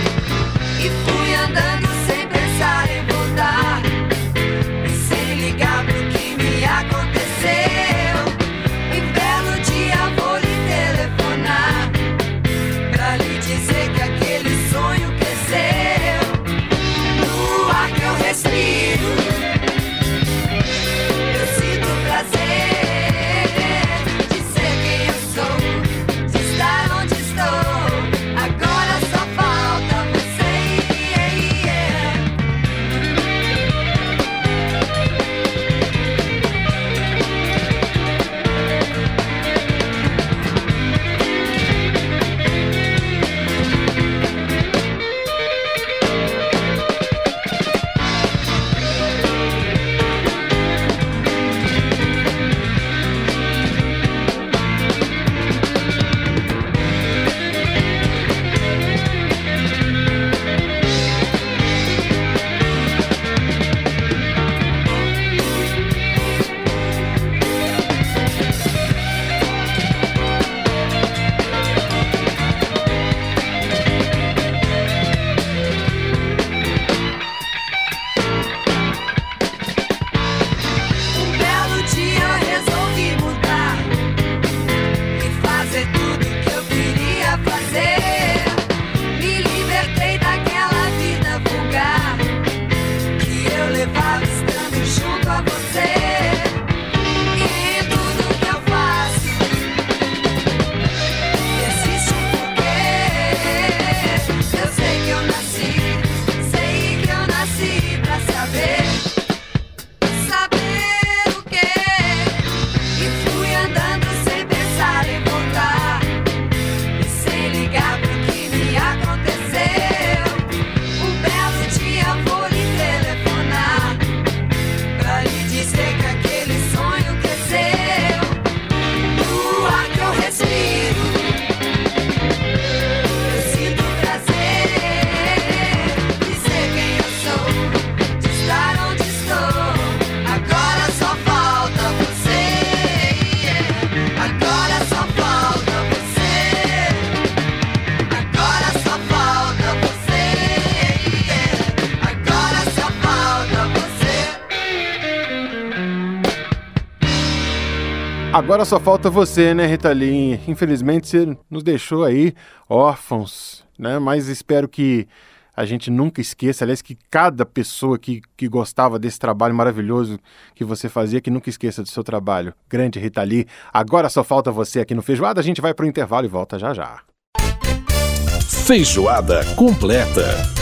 Agora só falta você, né, Rita Lee? Infelizmente você nos deixou aí órfãos, né? Mas espero que a gente nunca esqueça, aliás, que cada pessoa que gostava desse trabalho maravilhoso que você fazia, que nunca esqueça do seu trabalho. Grande Rita Lee. Agora só falta você aqui no Feijoada. A gente vai pro intervalo e volta já já. Feijoada completa.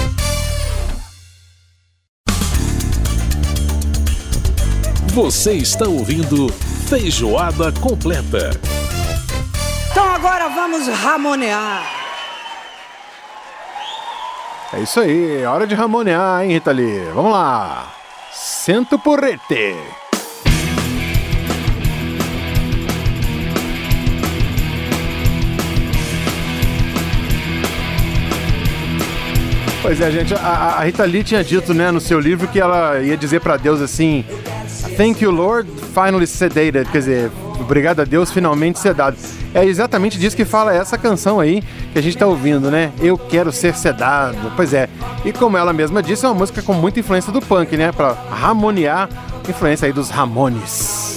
Você está ouvindo Feijoada Completa. Então agora vamos ramonear. É isso aí, é hora de ramonear, hein, Rita Lee? Vamos lá. Senta o porrete. Pois é, gente, a Rita Lee tinha dito, né, no seu livro que ela ia dizer pra Deus assim: Thank you, Lord, finally sedated. Quer dizer, obrigado a Deus, finalmente sedado. É exatamente disso que fala essa canção aí que a gente tá ouvindo, né? Eu quero ser sedado. Pois é, e como ela mesma disse, é uma música com muita influência do punk, né? Pra ramonear, influência aí dos Ramones.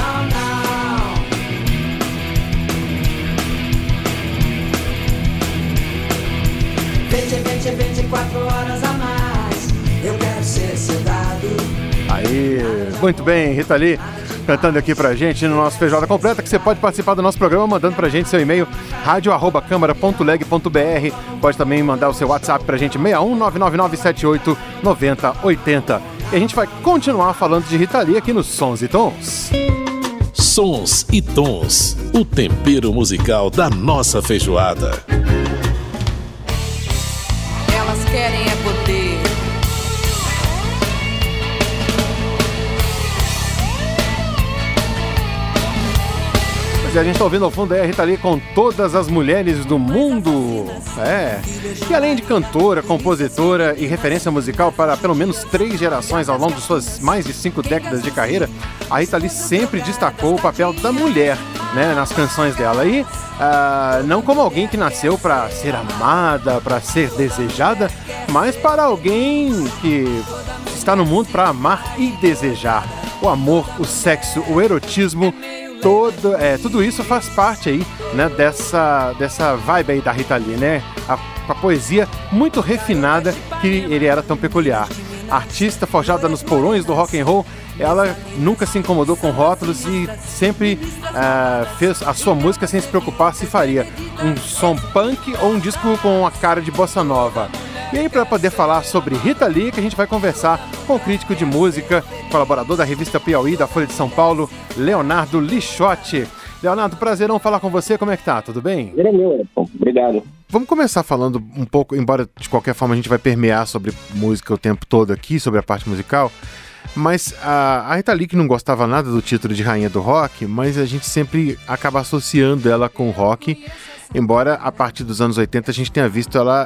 24 horas a mais, eu quero ser sedado. Aí, muito bem, Rita Lee cantando aqui pra gente no nosso Feijoada Completa, que você pode participar do nosso programa mandando pra gente seu e-mail radio@câmara.leg.br. Pode também mandar o seu WhatsApp pra gente 61999789080. E a gente vai continuar falando de Rita Lee aqui nos Sons e Tons. Sons e Tons, o tempero musical da nossa feijoada. Elas querem é poder. E a gente tá ouvindo ao fundo aí a Rita Lee com Todas as Mulheres do Mundo. Que além de cantora, compositora e referência musical para pelo menos 3 gerações ao longo de suas mais de 5 décadas de carreira, a Rita Lee sempre destacou o papel da mulher, né, nas canções dela. E não como alguém que nasceu para ser amada, para ser desejada, mas para alguém que está no mundo para amar e desejar. O amor, o sexo, o erotismo, tudo isso faz parte aí, né, dessa vibe aí da Rita Lee, né? A poesia muito refinada que ele era tão peculiar. Artista forjada nos porões do rock and roll, ela nunca se incomodou com rótulos e sempre fez a sua música sem se preocupar se faria um som punk ou um disco com a cara de bossa nova. E aí, para poder falar sobre Rita Lee, que a gente vai conversar com o crítico de música, colaborador da revista Piauí, da Folha de São Paulo, Leonardo Lixotti. Leonardo, prazerão falar com você, como é que tá? Tudo bem? É meu, obrigado. Vamos começar falando um pouco, embora de qualquer forma a gente vai permear sobre música o tempo todo aqui, sobre a parte musical, mas a Rita Lee, que não gostava nada do título de rainha do rock, mas a gente sempre acaba associando ela com o rock, embora a partir dos anos 80 a gente tenha visto ela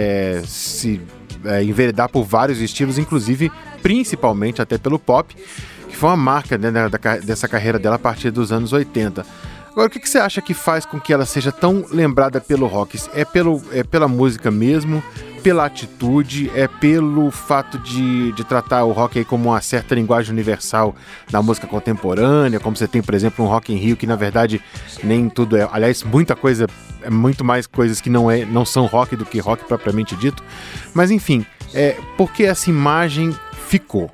se enveredar por vários estilos, inclusive, principalmente até pelo pop, que foi uma marca, né, dessa carreira dela a partir dos anos 80. Agora, o que você acha que faz com que ela seja tão lembrada pelo rock? É pela música mesmo, pela atitude, é pelo fato de tratar o rock aí como uma certa linguagem universal na música contemporânea, como você tem, por exemplo, um Rock in Rio, que na verdade nem tudo é... Aliás, muita coisa, é muito mais coisas que não são rock do que rock propriamente dito. Mas enfim, por que essa imagem ficou?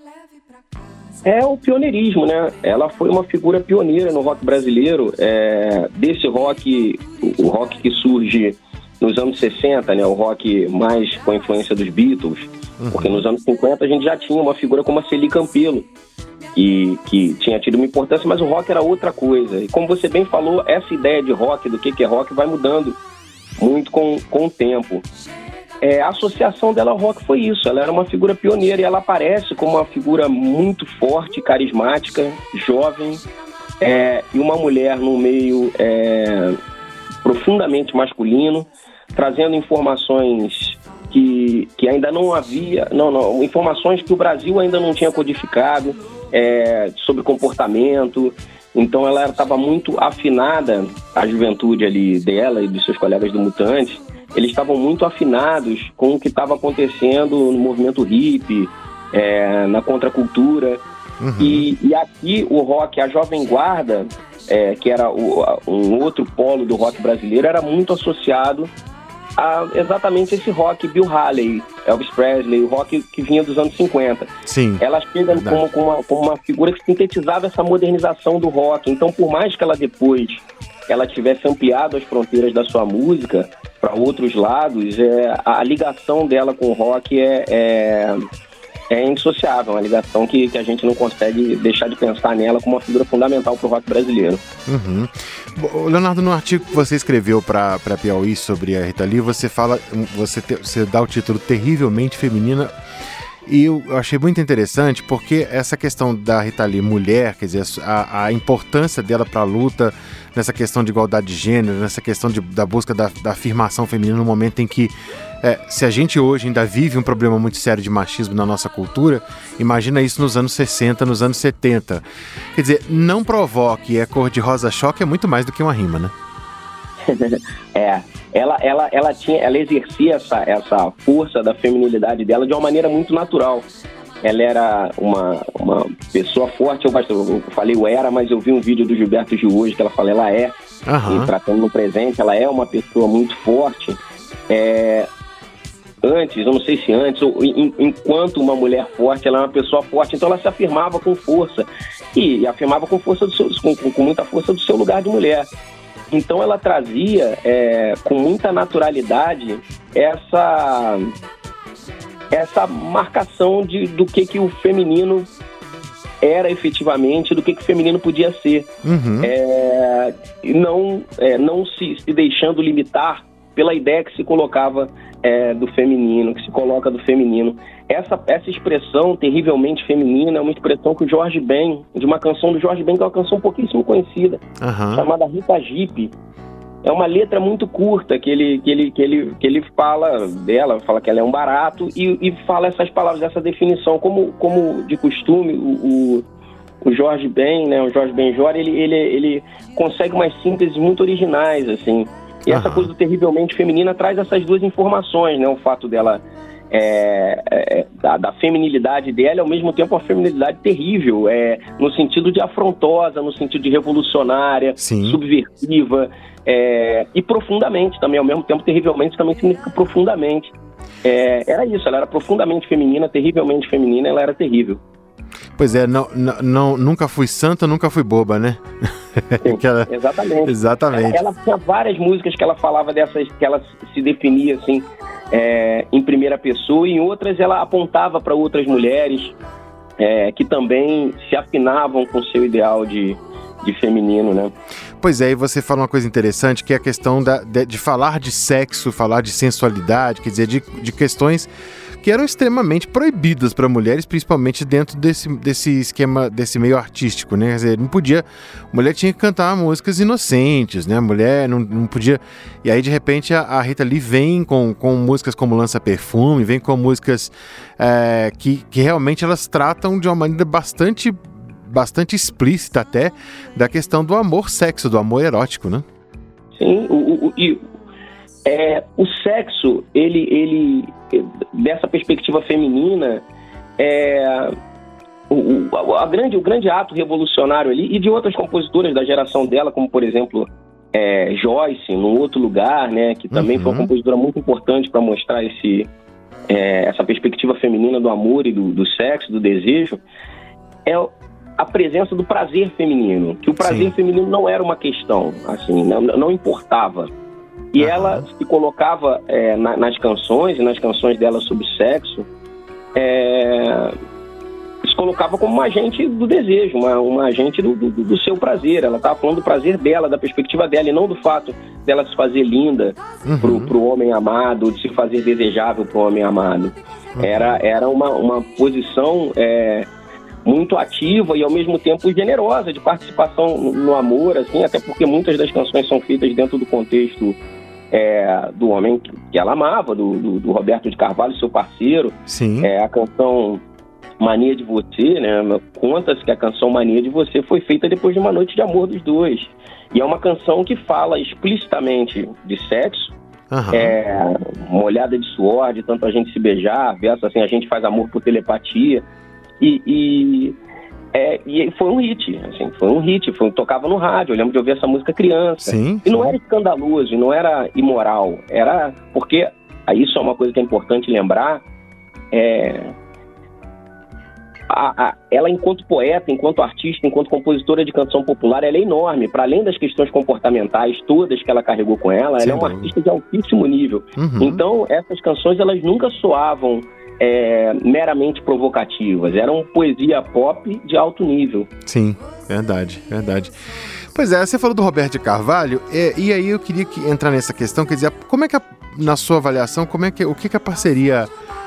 É o pioneirismo, né? Ela foi uma figura pioneira no rock brasileiro, desse rock, o rock que surge nos anos 60, né? O rock mais com a influência dos Beatles, porque nos anos 50 a gente já tinha uma figura como a Celi Campelo, que tinha tido uma importância, mas o rock era outra coisa. E como você bem falou, essa ideia de rock, do que é rock, vai mudando muito com o tempo. A associação dela ao rock foi isso, ela era uma figura pioneira e ela aparece como uma figura muito forte, carismática, jovem, e uma mulher num meio profundamente masculino, trazendo informações que ainda não havia, informações que o Brasil ainda não tinha codificado, sobre comportamento. Então ela estava muito afinada, a juventude ali dela e dos seus colegas do Mutantes, eles estavam muito afinados com o que estava acontecendo no movimento hippie, na contracultura. E aqui o rock, a Jovem Guarda, que era um outro polo do rock brasileiro, era muito associado a exatamente esse rock Bill Haley, Elvis Presley, o rock que vinha dos anos 50. Sim. Ela chega como uma figura que sintetizava essa modernização do rock. Então, por mais que ela depois ela tivesse ampliado as fronteiras da sua música para outros lados, a ligação dela com o rock é indissociável, uma ligação que a gente não consegue deixar de pensar nela como uma figura fundamental para o rock brasileiro. Uhum. Leonardo, no artigo que você escreveu para Piauí sobre a Rita Lee, você fala, você dá o título Terrivelmente Feminina, e eu achei muito interessante porque essa questão da Rita Lee mulher, quer dizer, a importância dela para a luta nessa questão de igualdade de gênero, nessa questão da busca da afirmação feminina no momento em que se a gente hoje ainda vive um problema muito sério de machismo na nossa cultura, imagina isso nos anos 60, nos anos 70. Quer dizer, não provoque, cor-de-rosa choque é muito mais do que uma rima, né? Ela exercia essa força da feminilidade dela de uma maneira muito natural. Ela era uma pessoa forte, eu falei mas eu vi um vídeo do Gilberto Gil hoje que ela fala, ela e tratando no presente, ela é uma pessoa muito forte. Antes, eu não sei se antes, ou enquanto uma mulher forte, ela é uma pessoa forte, então ela se afirmava com força, e afirmava com força com muita força do seu lugar de mulher. Então ela trazia com muita naturalidade essa marcação do que o feminino era efetivamente, do que o feminino podia ser. Uhum. Não se deixando limitar pela ideia que se colocava do feminino, que se coloca do feminino. Essa expressão terrivelmente feminina é uma expressão que o Jorge Ben, de uma canção do Jorge Ben, que é uma canção pouquíssimo conhecida, chamada Rita Jeep. É uma letra muito curta que ele fala dela, fala que ela é um barato e fala essas palavras, essa definição. Como de costume, o Jorge Ben, né, o Jorge Benjor, ele consegue umas sínteses muito originais, assim. E essa coisa do terrivelmente feminina traz essas duas informações, né? O fato dela, da feminilidade dela, ao mesmo tempo uma feminilidade terrível, no sentido de afrontosa, no sentido de revolucionária, Sim. subversiva, e profundamente também, ao mesmo tempo terrivelmente também significa profundamente. Era isso, ela era profundamente feminina, terrivelmente feminina, ela era terrível. Pois nunca fui santa, nunca fui boba, né? Sim, exatamente. Ela tinha várias músicas que ela falava dessas, que ela se definia assim, em primeira pessoa, e em outras ela apontava para outras mulheres que também se afinavam com o seu ideal de feminino, né? Pois é, e você fala uma coisa interessante, que é a questão de falar de sexo, falar de sensualidade, quer dizer, de questões que eram extremamente proibidas para mulheres, principalmente dentro desse esquema, desse meio artístico, né? Quer dizer, não podia... Mulher tinha que cantar músicas inocentes, né? Mulher não podia... E aí, de repente, a Rita Lee vem com músicas como Lança Perfume, vem com músicas que realmente elas tratam de uma maneira bastante explícita até da questão do amor-sexo, do amor erótico, né? Sim, o sexo, ele dessa perspectiva feminina, o grande ato revolucionário ali, e de outras compositoras da geração dela, como por exemplo Joyce, num outro lugar, né, que também foi uma compositora muito importante para mostrar essa perspectiva feminina do amor e do sexo, do desejo, a presença do prazer feminino, que o prazer Sim. feminino não era uma questão, assim, não importava. E ela se colocava nas canções, e nas canções dela sobre sexo, se colocava como uma agente do desejo, uma agente do seu prazer. Ela estava falando do prazer dela, da perspectiva dela, e não do fato dela se fazer linda pro homem amado, ou de se fazer desejável pro homem amado. Era uma posição muito ativa e ao mesmo tempo generosa de participação no amor, assim, até porque muitas das canções são feitas dentro do contexto do homem que ela amava, do Roberto de Carvalho, seu parceiro. Sim. A canção Mania de Você, né? Conta-se que a canção Mania de Você foi feita depois de uma noite de amor dos dois. E é uma canção que fala explicitamente de sexo, molhada de suor, de tanto a gente se beijar, verso assim, a gente faz amor por telepatia. E E foi um hit, assim, tocava no rádio, eu lembro de ouvir essa música criança. Sim, e não era escandaloso, não era imoral, era porque, isso é uma coisa que é importante lembrar, ela enquanto poeta, enquanto artista, enquanto compositora de canção popular, ela é enorme, para além das questões comportamentais todas que ela carregou com ela, ela é uma artista de altíssimo nível. Então, essas canções, elas nunca soavam meramente provocativas, eram poesia pop de alto nível. Sim, verdade. Pois é, você falou do Roberto de Carvalho, e aí eu queria entrar nessa questão, quer dizer, como é que, na sua avaliação, o que a parceria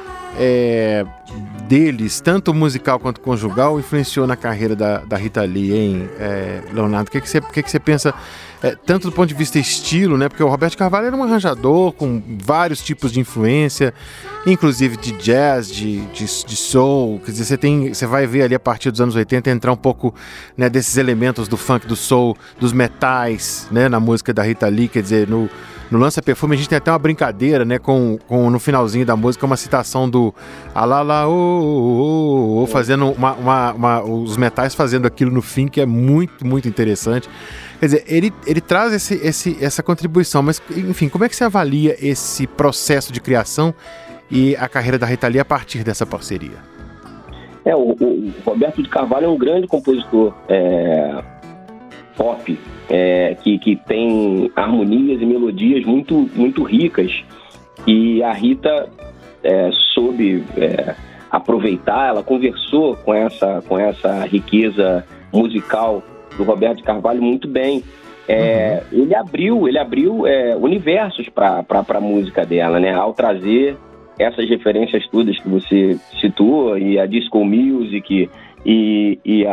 deles, tanto musical quanto conjugal, influenciou na carreira da Rita Lee, hein, Leonardo? O que você pensa, tanto do ponto de vista estilo, né? Porque o Roberto Carvalho era um arranjador com vários tipos de influência, inclusive de jazz, de soul. Quer dizer, você vai ver ali a partir dos anos 80 entrar um pouco, né, desses elementos do funk, do soul, dos metais, né, na música da Rita Lee. Quer dizer, no Lança Perfume a gente tem até uma brincadeira, né, com no finalzinho da música uma citação do alala o fazendo os metais fazendo aquilo no fim, que é muito, muito interessante. Quer dizer, ele traz essa contribuição, mas enfim, como é que você avalia esse processo de criação e a carreira da Rita Lee a partir dessa parceria? O Roberto de Carvalho é um grande compositor pop, que tem harmonias e melodias muito, muito ricas, e a Rita soube aproveitar, ela conversou com essa riqueza musical do Roberto de Carvalho muito bem. Ele abriu universos para a música dela, né? Ao trazer essas referências todas que você citou, e a disco music, e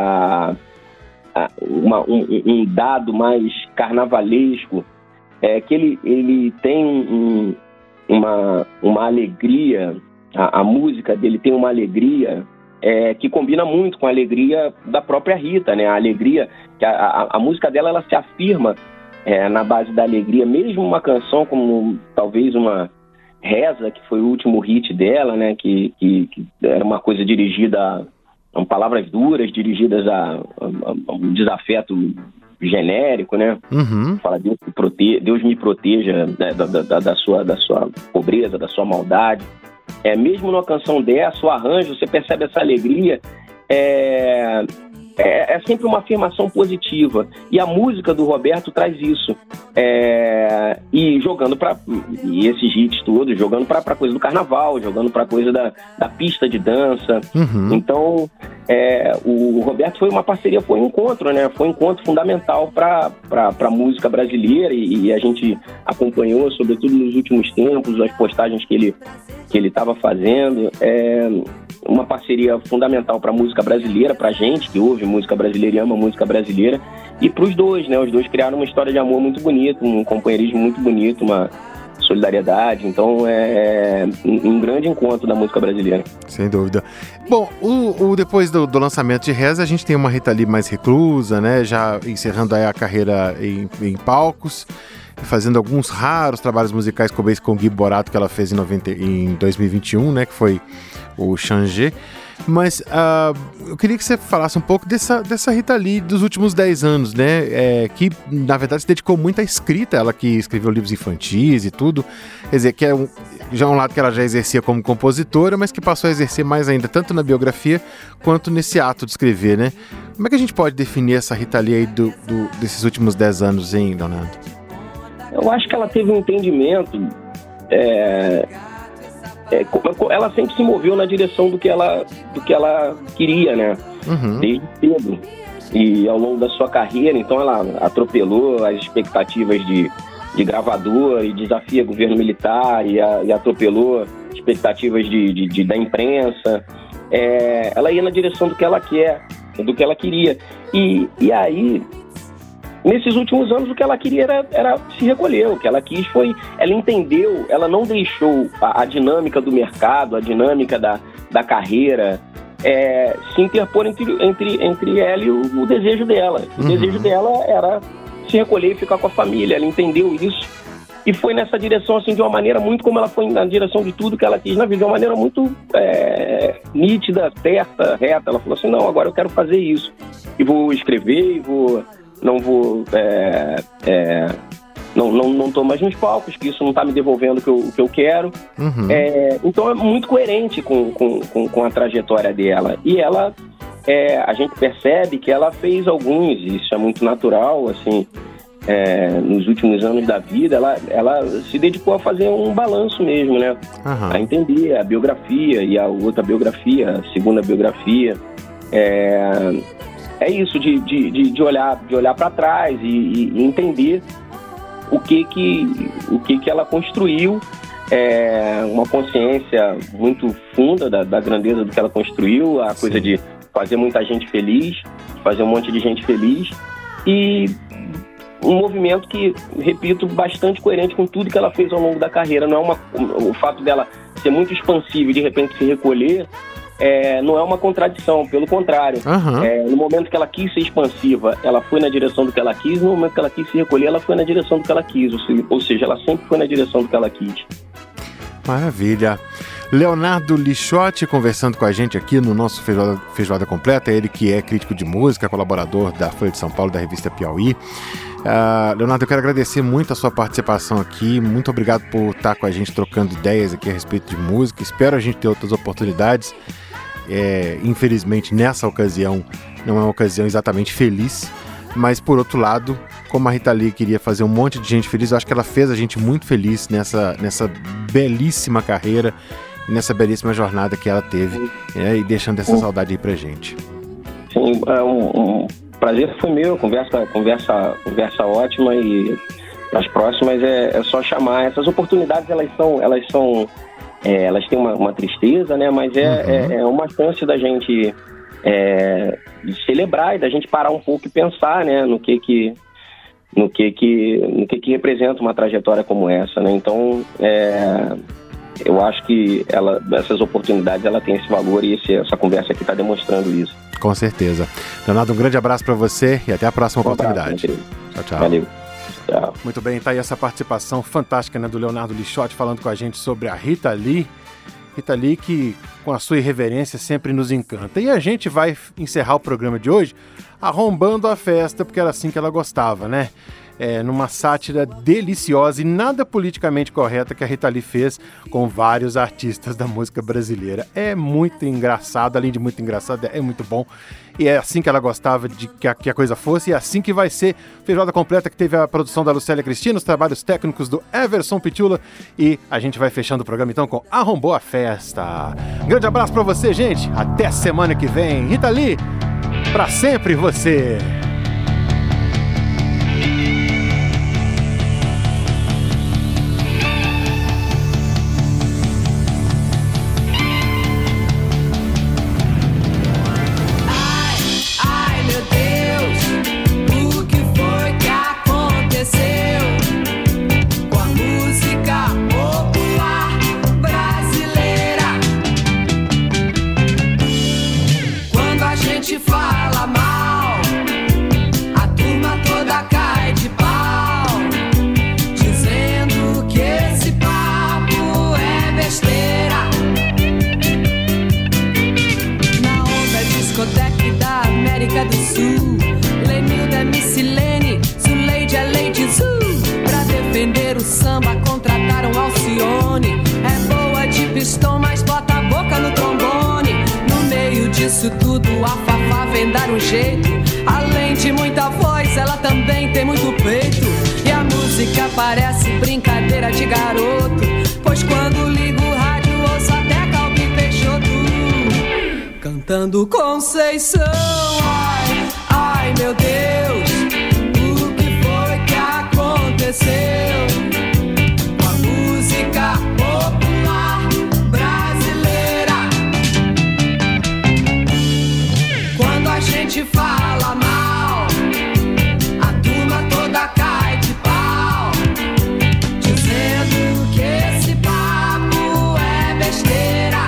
um dado mais carnavalesco, que ele tem uma alegria, a música dele tem uma alegria que combina muito com a alegria da própria Rita, né? A alegria, que a música dela, ela se afirma na base da alegria, mesmo uma canção como talvez uma Reza, que foi o último hit dela, né? Que era uma coisa dirigida a palavras duras, dirigidas a um desafeto genérico, né? Fala, Deus me proteja da sua pobreza, da sua maldade. Mesmo numa canção dessa, o arranjo, você percebe essa alegria, é sempre uma afirmação positiva, e a música do Roberto traz isso, e esses hits todos, jogando pra coisa do carnaval, jogando pra coisa da pista de dança. Então, o Roberto foi uma parceria, foi um encontro, né? Foi um encontro fundamental pra música brasileira, e a gente acompanhou, sobretudo nos últimos tempos, as postagens que ele estava fazendo. Uma parceria fundamental para a música brasileira, para a gente que ouve música brasileira e ama música brasileira, e para os dois, né? Os dois criaram uma história de amor muito bonita, um companheirismo muito bonito, uma solidariedade. Então, um grande encontro da música brasileira. Sem dúvida. Bom, depois do lançamento de Reza, a gente tem uma Rita Lee mais reclusa, né? Já encerrando aí a carreira em palcos, fazendo alguns raros trabalhos musicais, como esse com o Gui Borato, que ela fez em 2021, né? Que foi o Changer. Mas eu queria que você falasse um pouco dessa Rita Lee dos últimos 10 anos, né? Que, na verdade, se dedicou muito à escrita, ela que escreveu livros infantis e tudo. Quer dizer, que já um lado que ela já exercia como compositora, mas que passou a exercer mais ainda, tanto na biografia quanto nesse ato de escrever, né? Como é que a gente pode definir essa Rita Lee aí desses últimos 10 anos, hein, Leonardo? Eu acho que ela teve um entendimento... ela sempre se moveu na direção do que ela queria, né? Desde cedo. E ao longo da sua carreira, então ela atropelou as expectativas de gravador e desafia governo militar, e atropelou expectativas da imprensa. Ela ia na direção do que ela quer, do que ela queria. E aí, nesses últimos anos, o que ela queria era se recolher. O que ela quis foi... Ela entendeu, ela não deixou a dinâmica do mercado, a dinâmica da carreira, se interpor entre ela e o desejo dela. O desejo dela era se recolher e ficar com a família. Ela entendeu isso. e foi nessa direção, assim, de uma maneira muito como ela foi na direção de tudo que ela quis na vida, de uma maneira muito nítida, certa, reta. Ela falou assim, não, agora eu quero fazer isso. E vou escrever, e não estou mais nos palcos, que isso não está me devolvendo o que eu quero. Uhum. Então é muito coerente com a trajetória dela. E ela, a gente percebe que ela fez alguns, isso é muito natural, assim, nos últimos anos da vida, ela se dedicou a fazer um balanço mesmo, né? Uhum. A entender a biografia e a outra biografia, a segunda biografia. É isso, de olhar para trás e entender o que ela construiu, uma consciência muito funda da grandeza do que ela construiu, a coisa de fazer muita gente feliz, fazer um monte de gente feliz, e um movimento que, repito, bastante coerente com tudo que ela fez ao longo da carreira. Não é o fato dela ser muito expansiva e de repente se recolher, não é uma contradição, pelo contrário. Uhum. No momento que ela quis ser expansiva, ela foi na direção do que ela quis, no momento que ela quis se recolher, ela foi na direção do que ela quis, ou seja, ela sempre foi na direção do que ela quis. Maravilha. Leonardo Lixotti conversando com a gente aqui no nosso Feijoada Completa, ele que é crítico de música, colaborador da Folha de São Paulo, da revista Piauí. Leonardo, eu quero agradecer muito a sua participação aqui, muito obrigado por estar com a gente trocando ideias aqui a respeito de música, espero a gente ter outras oportunidades. Infelizmente nessa ocasião não é uma ocasião exatamente feliz, mas por outro lado, como a Rita Lee queria fazer um monte de gente feliz, eu acho que ela fez a gente muito feliz nessa belíssima carreira, nessa belíssima jornada que ela teve, e deixando essa saudade aí pra gente. Sim, um prazer foi meu, conversa ótima, e nas próximas é só chamar. Essas oportunidades, elas têm uma tristeza, né? Mas é uma chance da gente de celebrar e da gente parar um pouco e pensar, né? No que representa uma trajetória como essa, né? Então, eu acho que essas oportunidades, ela tem esse valor, e essa conversa aqui está demonstrando isso. Com certeza. Leonardo, um grande abraço para você e até a próxima oportunidade. Tchau, tchau. Valeu. Tchau. Muito bem, tá aí essa participação fantástica, né, do Leonardo Lixotti falando com a gente sobre a Rita Lee. Rita Lee, que com a sua irreverência sempre nos encanta. E a gente vai encerrar o programa de hoje arrombando a festa, porque era assim que ela gostava, né? Numa sátira deliciosa e nada politicamente correta que a Rita Lee fez com vários artistas da música brasileira. É muito engraçado, além de muito engraçado, é muito bom. E é assim que ela gostava de que a coisa fosse, e é assim que vai ser. Feijoada Completa, que teve a produção da Lucélia Cristina, os trabalhos técnicos do Everson Pitula, e a gente vai fechando o programa então com Arrombou a Festa. Um grande abraço pra você, gente. Até semana que vem. Rita Lee, pra sempre você. do Sul. Lenilda é Missilene, Zuleide é Lady Zu. Pra defender o samba contrataram Alcione. É boa de pistão, mas bota a boca no trombone. No meio disso tudo a Fafá vem dar um jeito. Além de muita voz, ela também tem muito peito. E a música parece brincadeira de garoto, pois quando ligo o rádio ouço até Calbi Peixoto cantando Conceição. Ai, ai meu Deus, o que foi que aconteceu com a música popular brasileira? Quando a gente fala mal, a turma toda cai de pau, dizendo que esse papo é besteira.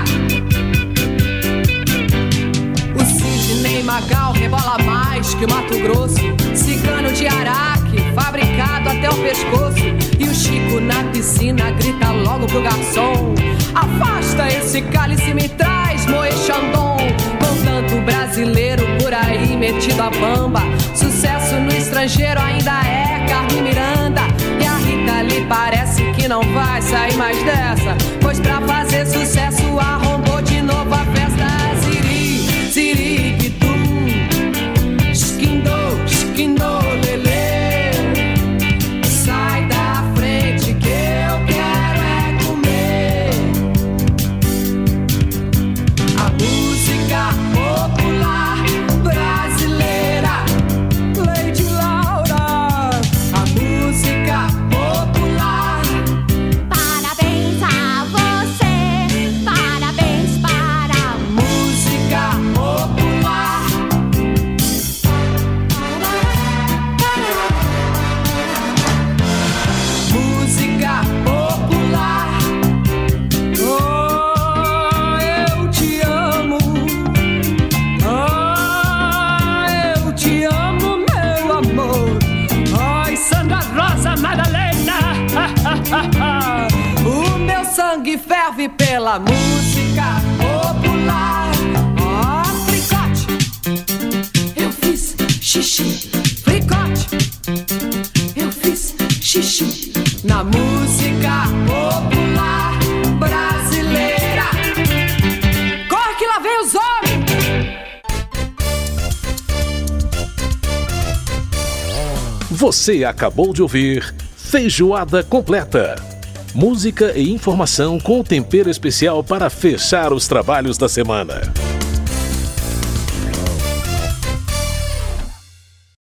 O Sidney Magal rebola mais que o Mato Grosso, cigano de Araque, fabricado até o pescoço. E o Chico na piscina grita logo pro garçom: afasta esse cálice e me traz Moe Chandon. Com tanto brasileiro por aí metido a bamba, sucesso no estrangeiro ainda é Carmen Miranda. E a Rita Lee parece que não vai sair mais dessa, pois pra fazer sucesso arrombou de novo a festa. Siri, siri, guitum, esquindô, lelê. Sai da frente que eu quero é comer a música popular brasileira. Lady Laura, a música popular. Parabéns a você, parabéns para a Música popular. Música popular. Oh, eu te amo. Oh, eu te amo, meu amor. Ai, Sandra Rosa Madalena. O meu sangue ferve pela música popular. Oh, fricote, eu fiz xixi. Fricote, eu fiz xixi na música popular brasileira. Corre que lá vem os homens. Você acabou de ouvir Feijoada Completa. Música e informação com tempero especial para fechar os trabalhos da semana.